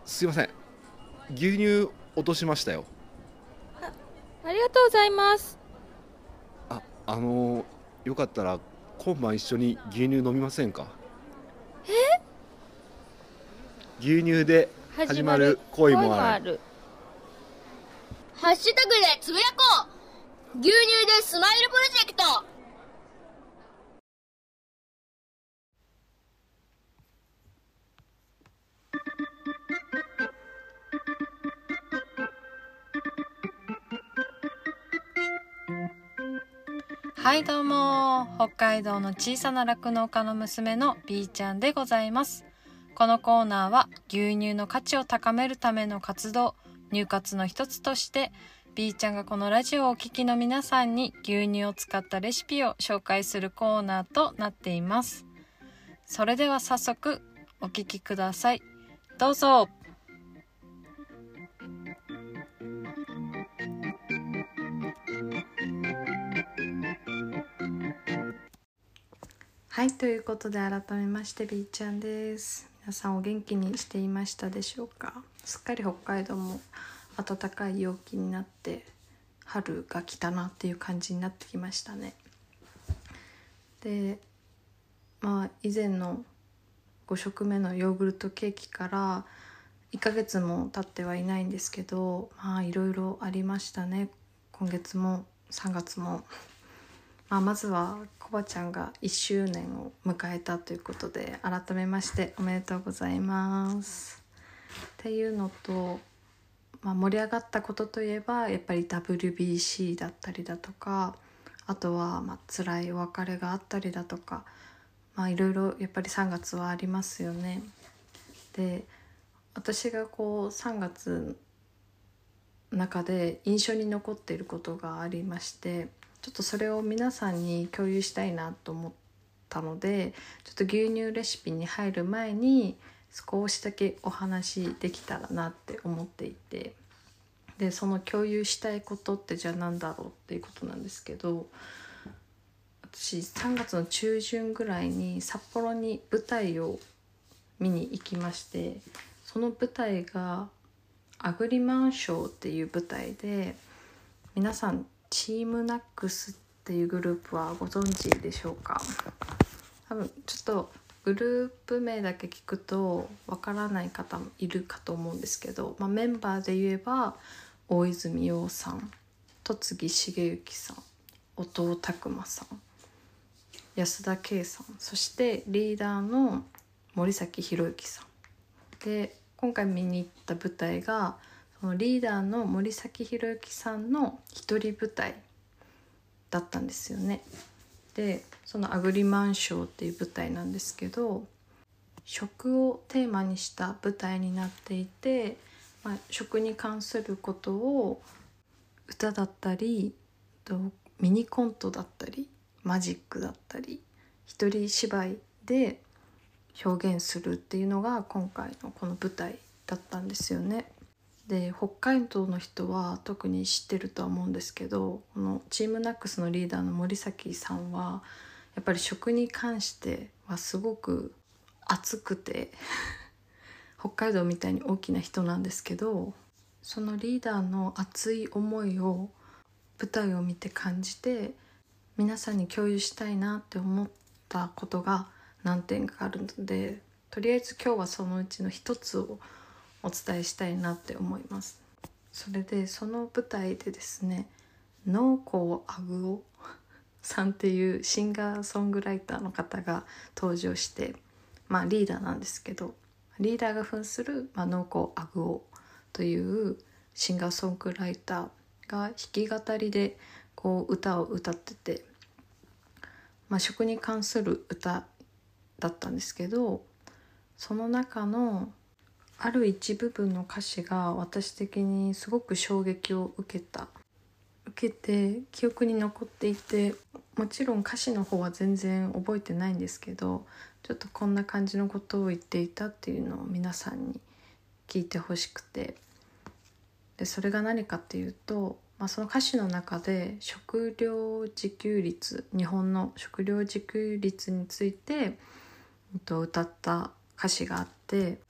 すいません、牛乳落としましたよ。 ありがとうございます。 あ、よかったら今晩一緒に牛乳飲みませんか？牛乳で始まる始まる恋もある。 恋もある。 ハッシュタグでつぶやこう。牛乳でスマイルプロジェクト。 はいどうも、北海道の小さな酪農家の娘の B ちゃんでございます。このコーナーは牛乳の価値を高めるための活動、乳活の一つとして B ちゃんがこのラジオをお聞きの皆さんに牛乳を使ったレシピを紹介するコーナーとなっています。それでは早速お聞きください。どうぞ。はい、ということで改めまして B ちゃんです。皆さんお元気にしていましたでしょうか。すっかり北海道も暖かい陽気になって春が来たなっていう感じになってきましたね。で、以前の5食目のヨーグルトケーキから1ヶ月も経ってはいないんですけど、いろいろありましたね。今月も3月も。まずはコバちゃんが1周年を迎えたということで、改めましておめでとうございますっていうのと、盛り上がったことといえばやっぱり WBC だったりだとか、あとは辛いお別れがあったりだとか、いろいろやっぱり3月はありますよね。で、私が3月の中で印象に残っていることがありまして、ちょっとそれを皆さんに共有したいなと思ったので、ちょっと牛乳レシピに入る前に少しだけお話できたらなって思っていて、でその共有したいことってじゃあ何だろうっていうことなんですけど、私3月の中旬ぐらいに札幌に舞台を見に行きまして、その舞台がアグリマンショーっていう舞台で、皆さんチームナックスっていうグループはご存知でしょうか。多分ちょっとグループ名だけ聞くとわからない方もいるかと思うんですけど、メンバーで言えば大泉洋さん、戸次重幸さん、音尾拓磨さん、安田圭さん、そしてリーダーの森崎博之さんで、今回見に行った舞台がそのリーダーの森崎博之さんの一人舞台だったんですよね。で、そのアグリマンショーっていう舞台なんですけど、食をテーマにした舞台になっていて、食に関することを歌だったりミニコントだったりマジックだったり一人芝居で表現するっていうのが今回のこの舞台だったんですよね。で、北海道の人は特に知ってるとは思うんですけど、このチームナックスのリーダーの森崎さんはやっぱり食に関してはすごく熱くて北海道みたいに大きな人なんですけど、そのリーダーの熱い思いを舞台を見て感じて、皆さんに共有したいなって思ったことが何点かあるので、とりあえず今日はそのうちの一つをお伝えしたいなって思います。それでその舞台でですね、農耕アグオさんっていうシンガーソングライターの方が登場して、リーダーなんですけど、リーダーが扮する、農耕アグオというシンガーソングライターが弾き語りで歌を歌ってて、食に関する歌だったんですけど、その中のある一部分の歌詞が私的にすごく衝撃を受けて記憶に残っていて、もちろん歌詞の方は全然覚えてないんですけど、ちょっとこんな感じのことを言っていたっていうのを皆さんに聞いてほしくて、でそれが何かっていうと、その歌詞の中で食料自給率、日本の食料自給率について歌った歌詞があって、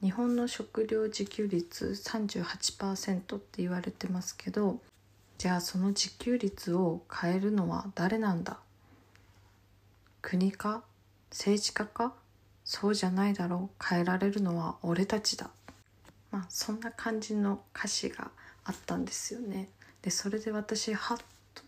日本の食料自給率 38% って言われてますけど、じゃあその自給率を変えるのは誰なんだ？国か？政治家か？そうじゃないだろう、変えられるのは俺たちだ。そんな感じの歌詞があったんですよね。でそれで私はっと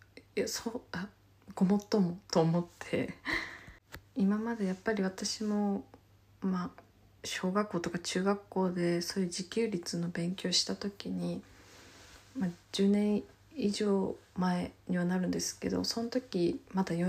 ごもっともと思って今までやっぱり私も小学校とか中学校でそういう自給率の勉強した時に、10年以上前にはなるんですけど、その時まだ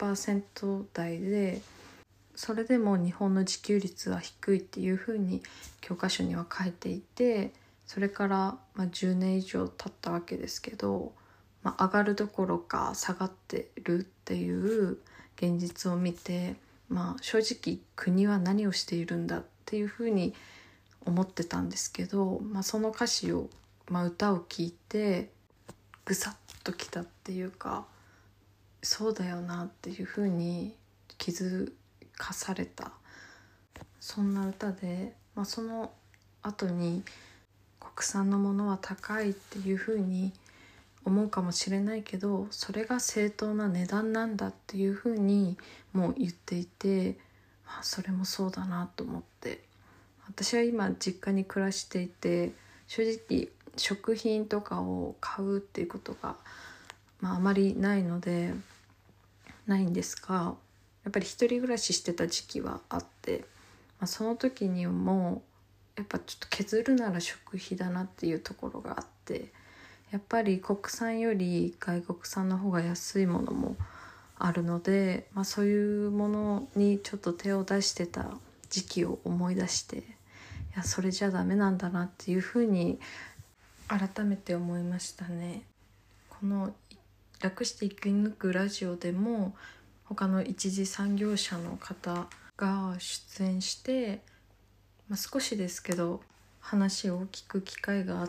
40% 台で、それでも日本の自給率は低いっていうふうに教科書には書いていて、それから10年以上経ったわけですけど、上がるどころか下がってるっていう現実を見て、正直国は何をしているんだっていうふうに思ってたんですけど、その歌詞を、歌を聴いてぐさっときたっていうか、そうだよなっていうふうに気づかされた、そんな歌で、その後に国産のものは高いっていうふうに思うかもしれないけど、それが正当な値段なんだっていうふうにもう言っていて、それもそうだなと思って、私は今実家に暮らしていて、正直食品とかを買うっていうことが、あまりないんですが、やっぱり一人暮らししてた時期はあって、その時にもやっぱちょっと削るなら食費だなっていうところがあって、やっぱり国産より外国産の方が安いものもあるので、そういうものにちょっと手を出してた時期を思い出して、いやそれじゃダメなんだなっていうふうに改めて思いましたね。この楽して生き抜くラジオでも他の一次産業者の方が出演して、少しですけど話を聞く機会があって、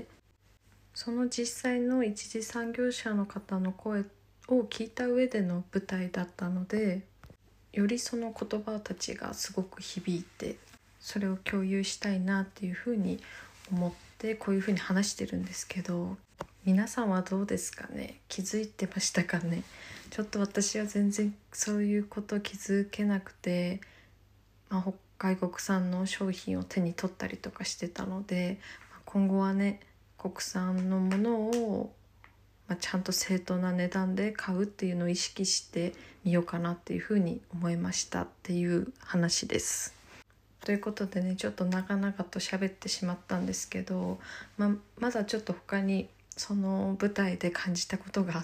その実際の一次産業者の方の声を聞いた上での舞台だったので、よりその言葉たちがすごく響いて、それを共有したいなっていうふうに思ってこういうふうに話してるんですけど、皆さんはどうですかね？気づいてましたかね？ちょっと私は全然そういうこと気づけなくて、外国産の商品を手に取ったりとかしてたので、今後はね、国産のものを、ちゃんと正当な値段で買うっていうのを意識してみようかなっていうふうに思いましたっていう話です。ということでね、ちょっと長々と喋ってしまったんですけど、まだちょっと他にその舞台で感じたことがあって、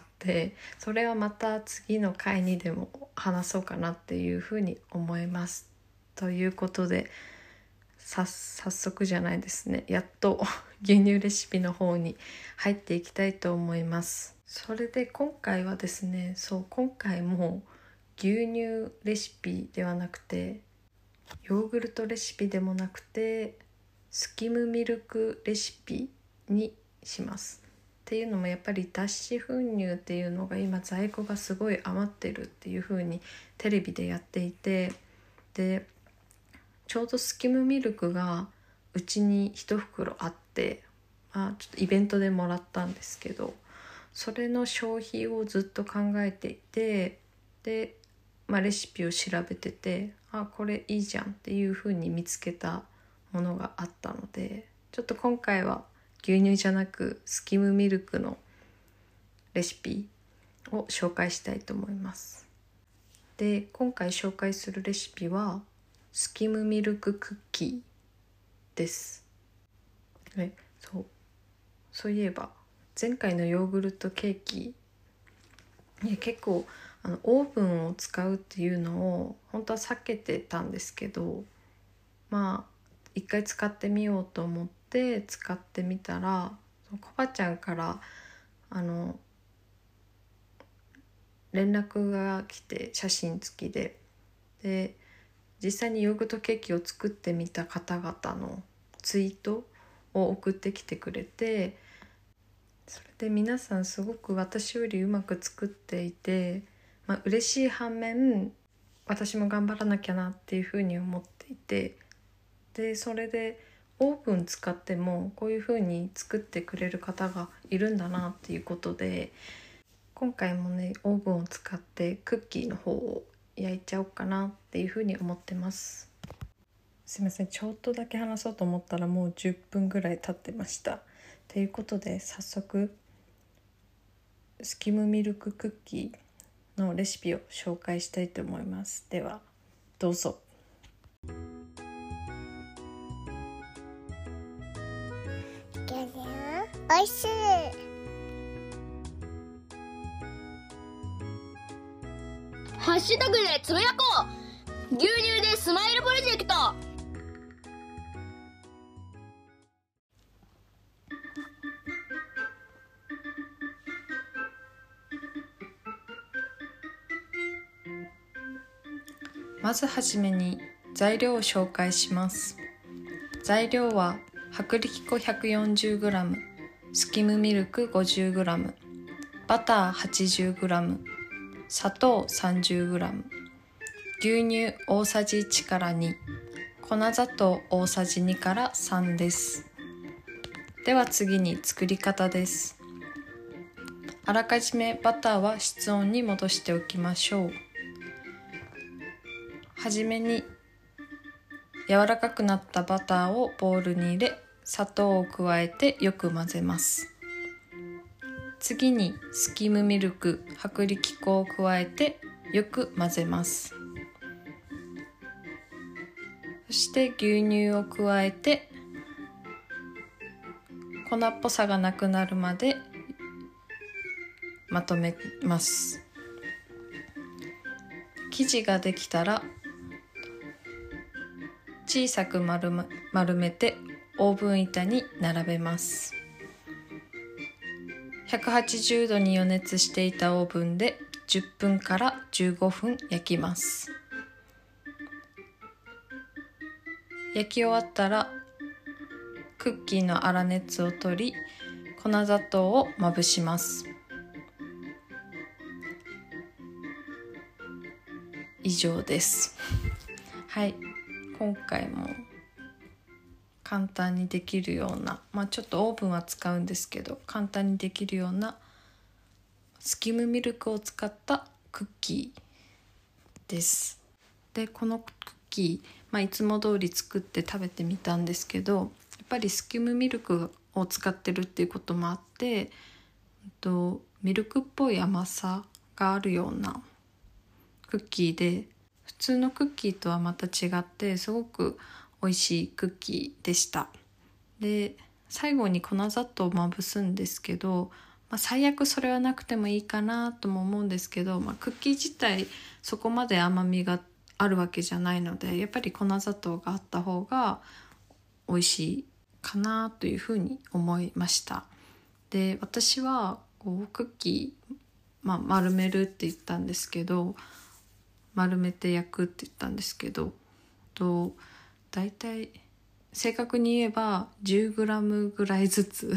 それはまた次の回にでも話そうかなっていうふうに思います。ということで早速じゃないですね、やっと牛乳レシピの方に入っていきたいと思います。それで今回はですね、今回も牛乳レシピではなくて、ヨーグルトレシピでもなくて、スキムミルクレシピにします。っていうのもやっぱり脱脂粉乳っていうのが今在庫がすごい余ってるっていう風にテレビでやっていて、でちょうどスキムミルクがうちに1袋あって、ちょっとイベントでもらったんですけど、それの消費をずっと考えていて、で、レシピを調べてて、これいいじゃんっていう風に見つけたものがあったので、ちょっと今回は牛乳じゃなくスキムミルクのレシピを紹介したいと思います。で、今回紹介するレシピはスキムミルククッキーです。そういえば前回のヨーグルトケーキ、結構オーブンを使うっていうのを本当は避けてたんですけど、一回使ってみようと思って使ってみたら、コバちゃんから連絡が来て、写真付きで実際にヨーグルトケーキを作ってみた方々のツイートを送ってきてくれて、それで皆さんすごく私よりうまく作っていて、嬉しい反面、私も頑張らなきゃなっていうふうに思っていて、 でそれでオーブン使ってもこういう風に作ってくれる方がいるんだなっていうことで、今回もねオーブンを使ってクッキーの方を焼いちゃおうかなっていう風に思ってます。すいません、ちょっとだけ話そうと思ったらもう10分ぐらい経ってました。ということで早速スキムミルククッキーのレシピを紹介したいと思います。ではどうぞ。 おいしい。ハッシュタグでつぶやこう。牛乳でスマイルプロジェクト。 まずはじめに材料を紹介します。材料は薄力粉 140g、 スキムミルク 50g、 バター 80g、 砂糖 30g、 牛乳大さじ1から2、粉砂糖大さじ2から3です。では次に作り方です。あらかじめバターは室温に戻しておきましょう。はじめに柔らかくなったバターをボウルに入れ、砂糖を加えてよく混ぜます。次にスキムミルク、薄力粉を加えてよく混ぜます。そして牛乳を加えて粉っぽさがなくなるまでまとめます。生地ができたら小さく丸めてオーブン板に並べます。180度に予熱していたオーブンで10分から15分焼きます。焼き終わったらクッキーの粗熱を取り、粉砂糖をまぶします。以上です。はい、今回も簡単にできるような、ちょっとオーブンは使うんですけど簡単にできるようなスキムミルクを使ったクッキーです。でこのクッキー、いつも通り作って食べてみたんですけど、やっぱりスキムミルクを使ってるっていうこともあって、ミルクっぽい甘さがあるようなクッキーで、普通のクッキーとはまた違ってすごく美味しいクッキーでした。で最後に粉砂糖をまぶすんですけど、最悪それはなくてもいいかなとも思うんですけど、クッキー自体そこまで甘みがあるわけじゃないので、やっぱり粉砂糖があった方が美味しいかなというふうに思いました。で私はクッキー、丸めるって言ったんですけど、丸めて焼くって言ったんですけど、だいたい正確に言えば 10g ぐらいずつ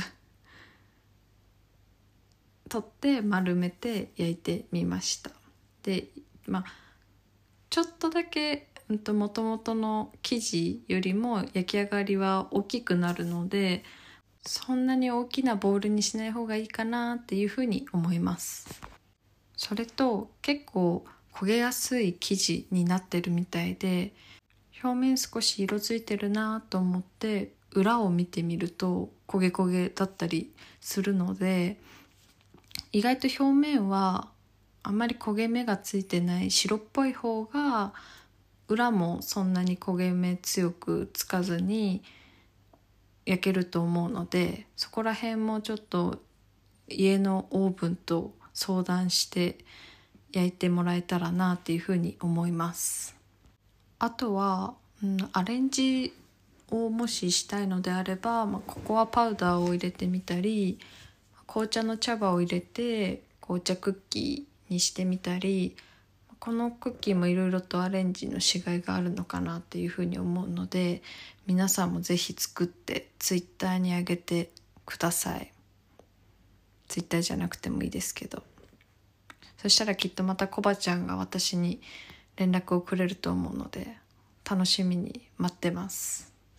取って丸めて焼いてみました。でちょっとだけもともとの生地よりも焼き上がりは大きくなるので、そんなに大きなボウルにしない方がいいかなっていうふうに思います。それと結構焦げやすい生地になってるみたいで、表面少し色づいてるなと思って裏を見てみると焦げ焦げだったりするので、意外と表面はあんまり焦げ目がついてない白っぽい方が、裏もそんなに焦げ目強くつかずに焼けると思うので、そこら辺もちょっと家のオーブンと相談して焼いてもらえたらなっていうふうに思います。あとは、アレンジをもししたいのであれば、ココアパウダーを入れてみたり、紅茶の茶葉を入れて紅茶クッキーにしてみたり、このクッキーもいろいろとアレンジのしがいがあるのかなっていうふうに思うので、皆さんもぜひ作ってツイッターに上げてください。ツイッターじゃなくてもいいですけど、そしたらきっとまたコバちゃんが私に連絡をくれると思うので楽しみに待ってます。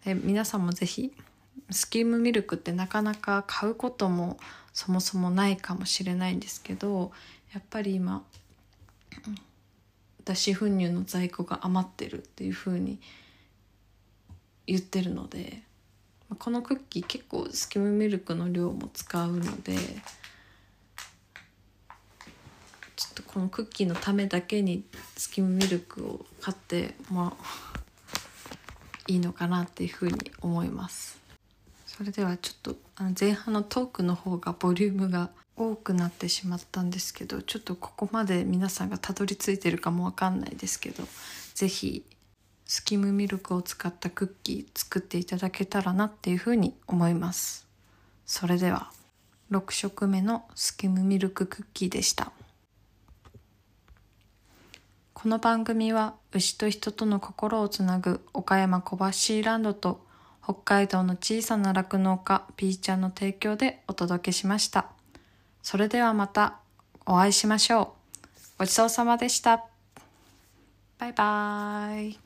皆さんもぜひスキムミルクってなかなか買うこともそもそもないかもしれないんですけど、やっぱり今脱脂粉乳の在庫が余ってるっていう風に言ってるので、このクッキー結構スキムミルクの量も使うので、ちょっとこのクッキーのためだけにスキムミルクを買っていいのかなっていうふうに思います。それではちょっと前半のトークの方がボリュームが多くなってしまったんですけど、ちょっとここまで皆さんがたどり着いてるかもわかんないですけど、ぜひスキムミルクを使ったクッキー作っていただけたらなっていうふうに思います。それでは6食目のスキムミルククッキーでした。この番組は牛と人との心をつなぐ岡山小橋ランドと北海道の小さな酪農家ピーちゃんの提供でお届けしました。それではまたお会いしましょう。ごちそうさまでした。バイバーイ。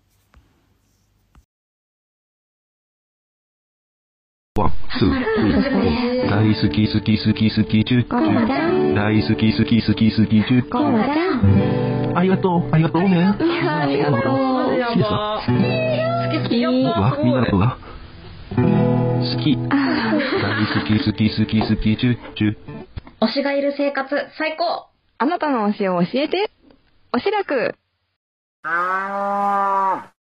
ワン、ツー、大好き好き好き好きチュ大好き好き好き好きチュありがとうありがとうね。 ありがとう。 好きでさ。 好きよ。 わ、みんなのが好き。大好き好き好き好きチュ推しがいる生活最高。 あなたの推しを教えて。推し楽。